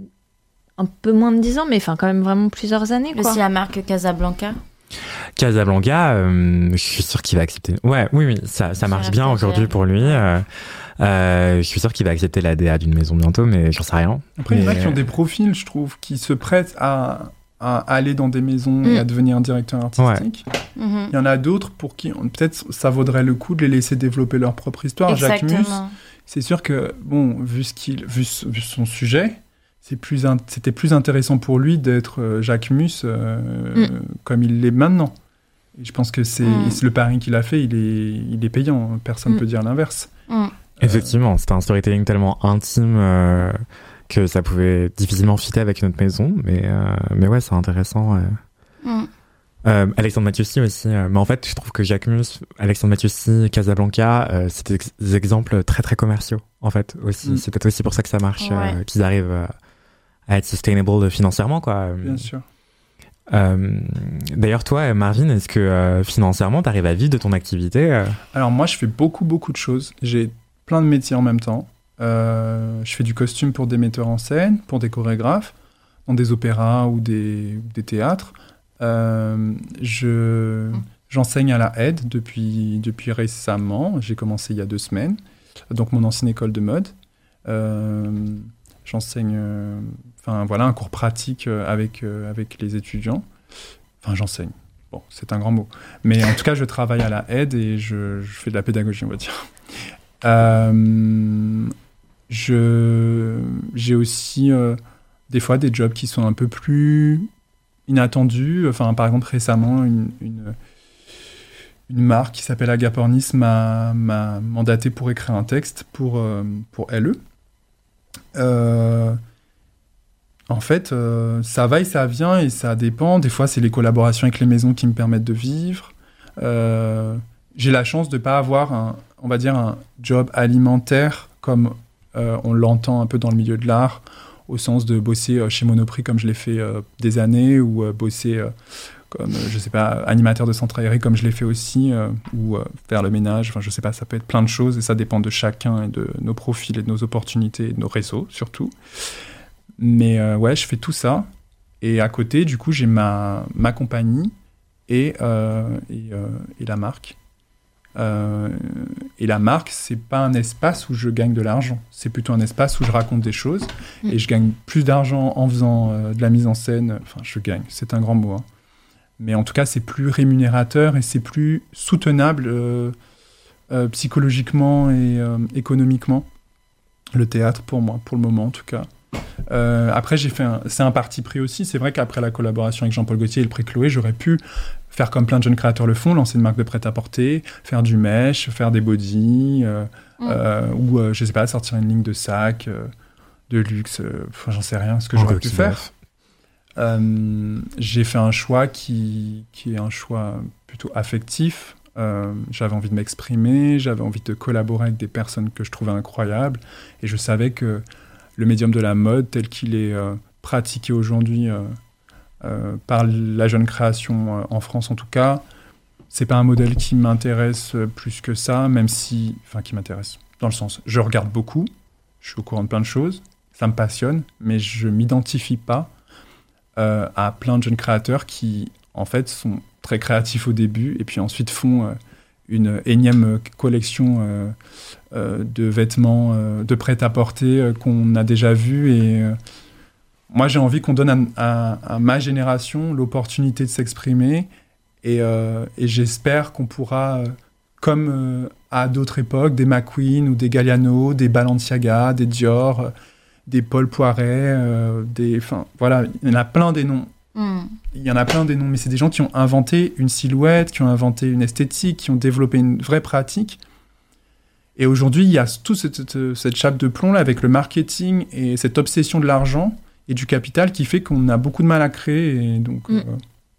Speaker 5: un peu moins de dix ans, mais enfin, quand même vraiment plusieurs années, quoi.
Speaker 4: Aussi la marque Casablanca.
Speaker 2: Casablanca, euh, je suis sûr qu'il va accepter. Ouais, oui, oui, ça, ça
Speaker 4: C'est
Speaker 2: marche
Speaker 4: la
Speaker 2: bien
Speaker 4: stagiaire.
Speaker 2: aujourd'hui pour lui. Euh, euh, je suis sûr qu'il va accepter la D A d'une maison bientôt, mais j'en sais rien.
Speaker 3: Après, il y en a
Speaker 2: Mais-
Speaker 3: qui ont des profils, je trouve, qui se prêtent à, à aller dans des maisons et
Speaker 5: Mm.
Speaker 3: à devenir directeur artistique.
Speaker 4: Mhm.
Speaker 3: Il y en a d'autres pour qui, on- peut-être, ça vaudrait le coup de les laisser développer leur propre histoire. Jacques Mus,
Speaker 4: Exactement.
Speaker 3: c'est sûr que, bon, vu, ce qu'il, vu, ce- vu son sujet, c'est plus in- c'était plus intéressant pour lui d'être euh, Jacques Mus euh,
Speaker 5: Mm.
Speaker 3: comme il l'est maintenant. Et je pense que c'est,
Speaker 4: Mm.
Speaker 3: c'est le pari qu'il a fait, il est, il est payant. Personne ne
Speaker 5: Mm.
Speaker 3: peut dire l'inverse.
Speaker 4: Mm.
Speaker 2: Effectivement, c'était un storytelling tellement intime euh, que ça pouvait difficilement fitter avec une autre maison, mais, euh, mais ouais, c'est intéressant. ouais.
Speaker 4: Mm.
Speaker 2: Euh, Alexandre Mathieussy aussi. euh, mais en fait, je trouve que Jacques Mus, Alexandre Mathieussy, Casablanca, euh, c'est des, des exemples très très commerciaux, en fait, aussi.
Speaker 3: Mm.
Speaker 2: C'est peut-être aussi pour ça que ça marche, euh,
Speaker 4: Ouais.
Speaker 2: qu'ils arrivent euh, à être sustainable financièrement, quoi.
Speaker 3: Bien sûr.
Speaker 2: Euh, D'ailleurs, toi, Marvin, est-ce que euh, financièrement, tu arrives à vivre de ton activité euh
Speaker 3: Alors moi, je fais beaucoup, beaucoup de choses. J'ai plein de métiers en même temps. Euh, je fais du costume pour des metteurs en scène, pour des chorégraphes, dans des opéras ou des, des théâtres. Euh, je, j'enseigne à la A E D depuis, depuis récemment. J'ai commencé il y a deux semaines. Donc mon ancienne école de mode. Euh, j'enseigne euh, enfin, voilà, un cours pratique euh, avec, euh, avec les étudiants. Enfin, j'enseigne. Bon, c'est un grand mot. Mais en tout cas, je travaille à la A E D et je, je fais de la pédagogie, on va dire. Euh, je, j'ai aussi euh, des fois des jobs qui sont un peu plus inattendus. Enfin, par exemple, récemment, une, une, une marque qui s'appelle Agapornis m'a, m'a mandaté pour écrire un texte pour, euh, pour L E. Euh, En fait, euh, ça va et ça vient et ça dépend. Des fois, c'est les collaborations avec les maisons qui me permettent de vivre. Euh, j'ai la chance de ne pas avoir, un, on va dire, un job alimentaire comme euh, on l'entend un peu dans le milieu de l'art, au sens de bosser euh, chez Monoprix comme je l'ai fait euh, des années, ou euh, bosser euh, comme, euh, je sais pas, animateur de centre aéré comme je l'ai fait aussi, euh, ou euh, faire le ménage. Enfin, je sais pas, ça peut être plein de choses et ça dépend de chacun et de nos profils et de nos opportunités et de nos réseaux surtout. Mais euh, ouais, je fais tout ça. Et à côté, du coup, j'ai ma, ma compagnie et, euh, et, euh, et la marque. Euh, et la marque, c'est pas un espace où je gagne de l'argent. C'est plutôt un espace où je raconte des choses. Mmh. Et je gagne plus d'argent en faisant euh, de la mise en scène. Enfin, je gagne, c'est un grand mot. Hein. Mais en tout cas, c'est plus rémunérateur et c'est plus soutenable euh, euh, psychologiquement et euh, économiquement. Le théâtre, pour moi, pour le moment en tout cas. Euh, après, j'ai fait un, c'est un parti pris aussi. C'est vrai qu'après la collaboration avec Jean-Paul Gaultier et le prix Chloé, j'aurais pu faire comme plein de jeunes créateurs le font, lancer une marque de prêt-à-porter, faire du mesh, faire des bodys, euh, mmh. euh, ou euh, je sais pas, sortir une ligne de sacs, euh, de luxe, euh, enfin, j'en sais rien, ce que en j'aurais pu faire. Euh, j'ai fait un choix qui, qui est un choix plutôt affectif. Euh, j'avais envie de m'exprimer, j'avais envie de collaborer avec des personnes que je trouvais incroyables, et je savais que le médium de la mode, tel qu'il est euh, pratiqué aujourd'hui euh, euh, par la jeune création euh, en France en tout cas, c'est pas un modèle qui m'intéresse plus que ça, même si, enfin qui m'intéresse dans le sens, je regarde beaucoup, je suis au courant de plein de choses, ça me passionne, mais je m'identifie pas euh, à plein de jeunes créateurs qui en fait sont très créatifs au début et puis ensuite font euh, une énième collection euh, euh, de vêtements, euh, de prêt-à-porter euh, qu'on a déjà vu. Et euh, moi, j'ai envie qu'on donne à, à, à ma génération l'opportunité de s'exprimer. Et, euh, et j'espère qu'on pourra, euh, comme euh, à d'autres époques, des McQueen ou des Galliano, des Balenciaga, des Dior, euh, des Paul Poiret, euh, des, enfin, voilà, il y en a plein des noms. Mm. Il y en a plein des noms, mais c'est des gens qui ont inventé une silhouette, qui ont inventé une esthétique, qui ont développé une vraie pratique. Et aujourd'hui, il y a toute cette, cette, cette chape de plomb là, avec le marketing et cette obsession de l'argent et du capital qui fait qu'on a beaucoup de mal à créer. Et donc, mm. euh,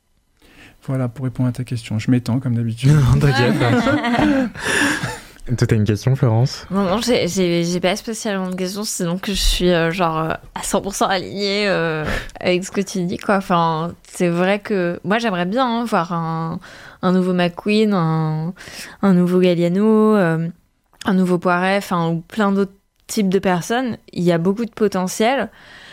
Speaker 3: voilà, pour répondre à ta question. Je m'étends, comme d'habitude.
Speaker 2: Non, t'inquiète. Toi, t'as une question, Florence ?
Speaker 5: Non, non, j'ai, j'ai, j'ai pas spécialement de question, sinon que je suis euh, genre euh, à cent pour cent alignée euh, avec ce que tu dis, quoi. Enfin, c'est vrai que moi, j'aimerais bien hein, voir un, un nouveau McQueen, un, un nouveau Galliano, euh, un nouveau Poiret, enfin, ou plein d'autres types de personnes. Il y a beaucoup de potentiel.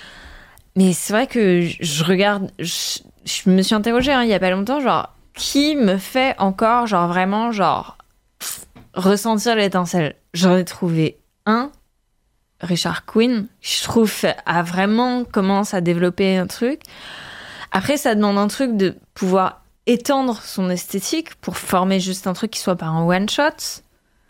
Speaker 5: Mais c'est vrai que je, je regarde, je, je me suis interrogée hein, il y a pas longtemps, genre, qui me fait encore, genre, vraiment, genre, ressentir l'étincelle. J'en ai trouvé un, Richard Quinn, je trouve a vraiment commencé à développer un truc. Après, ça demande un truc de pouvoir étendre son esthétique pour former juste un truc qui soit pas un one shot.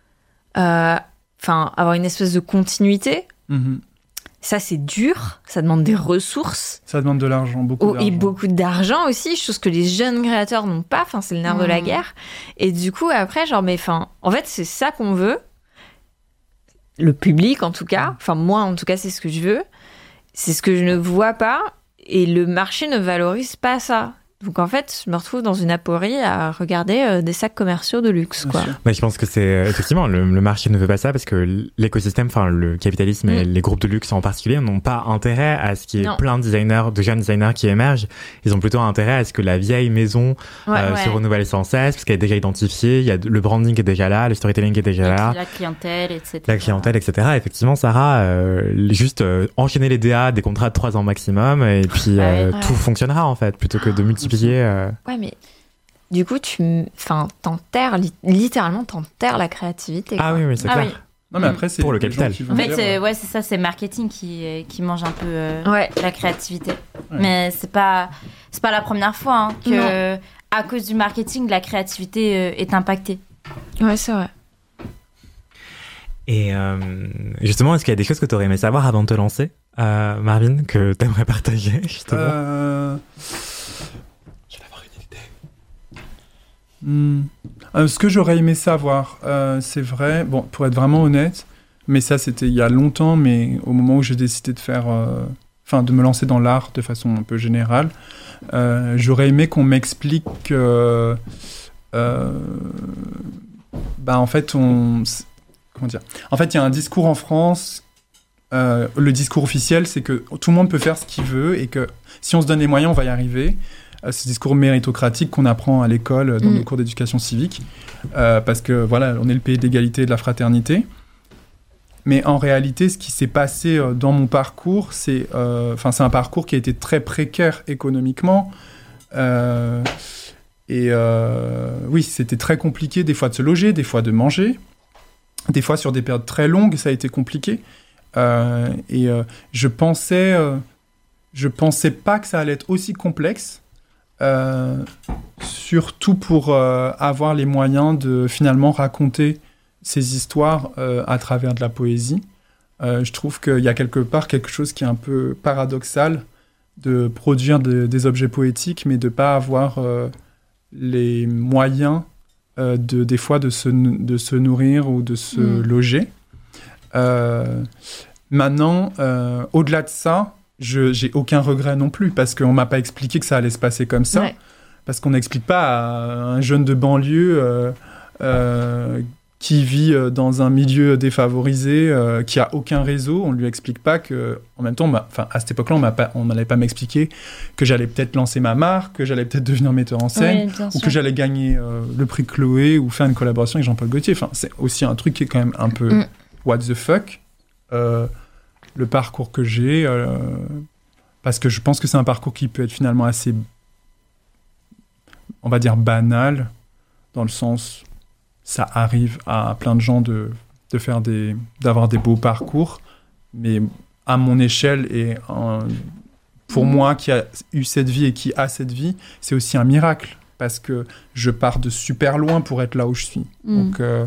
Speaker 5: Enfin, euh, avoir une espèce de continuité. Mm-hmm. Ça, c'est dur. Ça demande des ressources.
Speaker 3: Ça demande de l'argent, beaucoup
Speaker 5: oh,
Speaker 3: d'argent.
Speaker 5: Et beaucoup d'argent aussi, chose que les jeunes créateurs n'ont pas. Enfin, c'est le nerf mmh. de la guerre. Et du coup, après, genre, mais enfin, en fait, c'est ça qu'on veut. Le public, en tout cas. Enfin, moi, en tout cas, c'est ce que je veux. C'est ce que je ne vois pas. Et le marché ne valorise pas ça. Donc en fait, je me retrouve dans une aporie à regarder euh, des sacs commerciaux de luxe, quoi.
Speaker 2: Bah, je pense que c'est euh, effectivement le, le marché ne veut pas ça parce que l'écosystème, enfin le capitalisme mm. et les groupes de luxe en particulier n'ont pas intérêt à ce qu'il y ait non. plein de designers, de jeunes designers qui émergent. Ils ont plutôt intérêt à ce que la vieille maison ouais, euh, ouais. se renouvelle sans cesse parce qu'elle est déjà identifiée, il y a le branding est déjà là, le storytelling est déjà là,
Speaker 4: la clientèle, et cetera.
Speaker 2: La clientèle, et cetera. Effectivement, Sarah, euh, juste euh, enchaîner les D A, des contrats de trois ans maximum, et puis euh, ouais. tout ouais. fonctionnera en fait plutôt que de multiplier. Euh...
Speaker 5: Ouais, mais du coup, tu enfin, t'enterres, li- littéralement, t'enterres la créativité. Quoi.
Speaker 2: Ah oui, oui, c'est
Speaker 5: ah,
Speaker 2: clair.
Speaker 5: Oui.
Speaker 3: Non, mais après, c'est
Speaker 2: pour le capital.
Speaker 4: En fait, c'est, ouais, c'est ça, c'est marketing qui, qui mange un peu euh,
Speaker 5: ouais.
Speaker 4: la créativité. Ouais. Mais c'est pas, c'est pas la première fois hein, que, non. à cause du marketing, la créativité euh, est impactée.
Speaker 5: Ouais, c'est vrai.
Speaker 2: Et euh, justement, est-ce qu'il y a des choses que tu aurais aimé savoir avant de te lancer, euh, Marvin, que tu aimerais partager, justement
Speaker 3: euh... Hmm. Euh, ce que j'aurais aimé savoir, euh, c'est vrai, bon, pour être vraiment honnête, mais ça c'était il y a longtemps, mais au moment où j'ai décidé de faire, euh, enfin de me lancer dans l'art de façon un peu générale. Euh, j'aurais aimé qu'on m'explique que, euh, bah en fait on, comment dire, en fait il y a un discours en France. Euh, le discours officiel, c'est que tout le monde peut faire ce qu'il veut et que si on se donne les moyens, on va y arriver. Euh, ce discours méritocratique qu'on apprend à l'école dans mmh. nos cours d'éducation civique, euh, parce que voilà, on est le pays de l'égalité et de la fraternité. Mais en réalité, ce qui s'est passé dans mon parcours, c'est, euh, enfin, c'est un parcours qui a été très précaire économiquement. Euh, et euh, oui, c'était très compliqué des fois de se loger, des fois de manger, des fois sur des périodes très longues, ça a été compliqué. Euh, et euh, je pensais, euh, je pensais pas que ça allait être aussi complexe, euh, surtout pour euh, avoir les moyens de finalement raconter ces histoires euh, à travers de la poésie. Euh, je trouve qu'il y a quelque part quelque chose qui est un peu paradoxal de produire de, des objets poétiques, mais de pas avoir euh, les moyens euh, de des fois de se de se nourrir ou de se mmh. loger. Euh, maintenant, euh, au-delà de ça, je j'ai aucun regret non plus parce qu'on m'a pas expliqué que ça allait se passer comme ça, ouais. Parce qu'on n'explique pas à un jeune de banlieue euh, euh, qui vit dans un milieu défavorisé, euh, qui a aucun réseau, on lui explique pas que, en même temps, enfin à cette époque-là, on m'a pas, on n'allait pas m'expliquer que j'allais peut-être lancer ma marque, que j'allais peut-être devenir metteur en scène, oui, ou sûr. Que j'allais gagner euh, le prix Chloé ou faire une collaboration avec Jean-Paul Gaultier. Enfin, c'est aussi un truc qui est quand même un peu mm. what the fuck. Euh, le parcours que j'ai, euh, parce que je pense que c'est un parcours qui peut être finalement assez, on va dire, banal, dans le sens, ça arrive à plein de gens de, de faire des, d'avoir des beaux parcours, mais à mon échelle et en, pour mmh. moi qui a eu cette vie et qui a cette vie, c'est aussi un miracle, parce que je pars de super loin pour être là où je suis. Mmh. Donc, euh,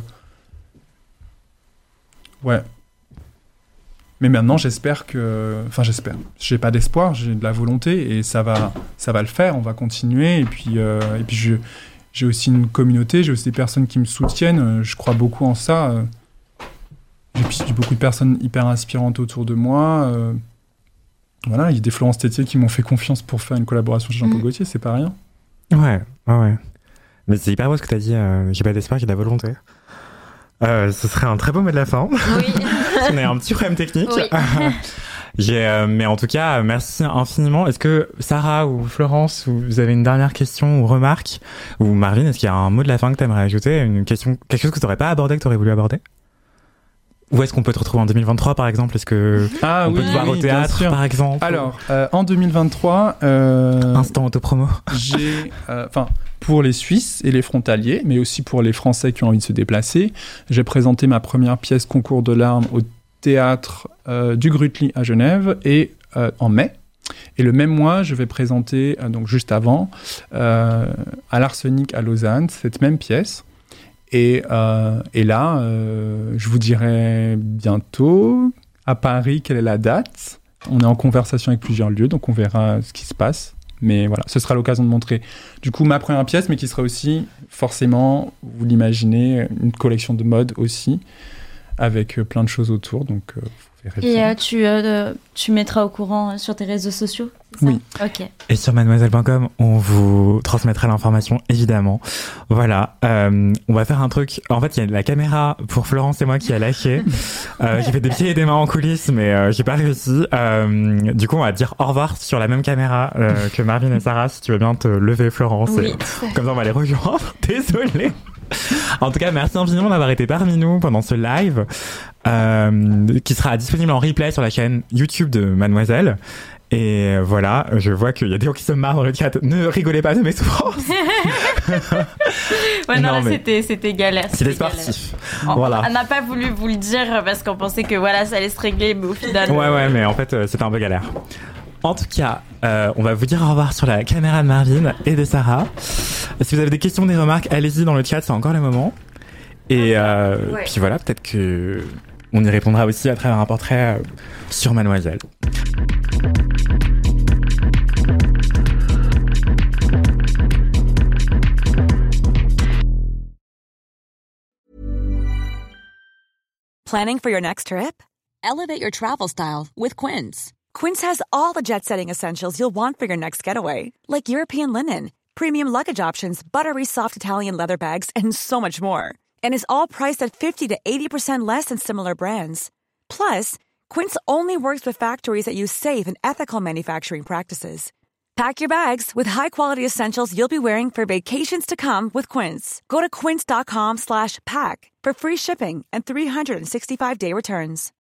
Speaker 3: ouais. Mais maintenant, j'espère que... Enfin, j'espère. J'ai pas d'espoir, j'ai de la volonté, et ça va, ça va le faire, on va continuer. Et puis, euh, et puis je, j'ai aussi une communauté, j'ai aussi des personnes qui me soutiennent. Je crois beaucoup en ça. Et puis, j'ai beaucoup de personnes hyper inspirantes autour de moi. Voilà, il y a des Florence Tétier qui m'ont fait confiance pour faire une collaboration chez Jean-Paul mmh. Gaultier, c'est pas rien.
Speaker 2: Ouais, ouais, ouais. Mais c'est hyper beau ce que t'as dit, euh, j'ai pas d'espoir, j'ai de la volonté. Euh, ce serait un très beau mot de la fin. Oui. On a un petit problème technique. Oui. J'ai, euh, mais en tout cas, merci infiniment. Est-ce que Sarah ou Florence, vous avez une dernière question ou remarque, ou Marine, est-ce qu'il y a un mot de la fin que tu aimerais ajouter, une question, quelque chose que tu n'aurais pas abordé, que tu aurais voulu aborder? Où est-ce qu'on peut te retrouver en deux mille vingt-trois, par exemple? Est-ce que
Speaker 3: ah,
Speaker 2: on
Speaker 3: oui,
Speaker 2: peut te voir
Speaker 3: oui,
Speaker 2: au théâtre, par exemple?
Speaker 3: Alors, euh, en deux mille vingt-trois, euh,
Speaker 2: instant autopromo.
Speaker 3: J'ai, enfin. Euh, pour les Suisses et les frontaliers, mais aussi pour les Français qui ont envie de se déplacer. J'ai présenté ma première pièce Concours de larmes au théâtre euh, du Grutli à Genève et euh, en mai. Et le même mois, je vais présenter, euh, donc juste avant, euh, à l'Arsenic à Lausanne, cette même pièce. Et, euh, et là, euh, je vous dirai bientôt à Paris quelle est la date. On est en conversation avec plusieurs lieux, donc on verra ce qui se passe. Mais voilà, ce sera l'occasion de montrer du coup ma première pièce, mais qui sera aussi forcément, vous l'imaginez, une collection de mode aussi, avec euh, plein de choses autour. Donc, euh, vous verrez.
Speaker 4: Et euh, tu, euh, tu mettras au courant sur tes réseaux sociaux, c'est ça?
Speaker 3: Oui.
Speaker 4: Ok.
Speaker 2: Et sur mademoiselle point com, on vous transmettra l'information, évidemment. Voilà, euh, on va faire un truc. En fait, il y a la caméra pour Florence et moi qui a lâché. euh, j'ai fait des pieds et des mains en coulisses, mais euh, j'ai pas réussi. Euh, du coup, on va dire au revoir sur la même caméra euh, que Marvin et Sarah, si tu veux bien te lever, Florence.
Speaker 4: Oui.
Speaker 2: Et, comme ça, on va les rejoindre. Désolée. En tout cas, merci infiniment d'avoir été parmi nous pendant ce live, euh, qui sera disponible en replay sur la chaîne YouTube de Mademoiselle. Et voilà, je vois qu'il y a des gens qui se marrent dans le chat. Ne rigolez pas de mes souffrances.
Speaker 4: Ouais, non, non là, c'était, c'était galère.
Speaker 2: C'était sportif.
Speaker 4: On,
Speaker 2: voilà.
Speaker 4: On n'a pas voulu vous le dire parce qu'on pensait que voilà, ça allait se régler, mais au final.
Speaker 2: Ouais, ouais, mais en fait, c'était un peu galère. En tout cas, euh, on va vous dire au revoir sur la caméra de Marvin et de Sarah. Si vous avez des questions, des remarques, allez-y dans le chat, c'est encore le moment. Et euh, ouais. Puis voilà, peut-être que on y répondra aussi à travers un portrait euh, sur Mademoiselle.
Speaker 6: Planning for your next trip? Elevate your travel style with Quince. Quince has all the jet-setting essentials you'll want for your next getaway, like European linen, premium luggage options, buttery soft Italian leather bags, and so much more. And is all priced at fifty to eighty percent less than similar brands. Plus, Quince only works with factories that use safe and ethical manufacturing practices. Pack your bags with high-quality essentials you'll be wearing for vacations to come with Quince. Go to quince.com slash pack for free shipping and three sixty-five day returns.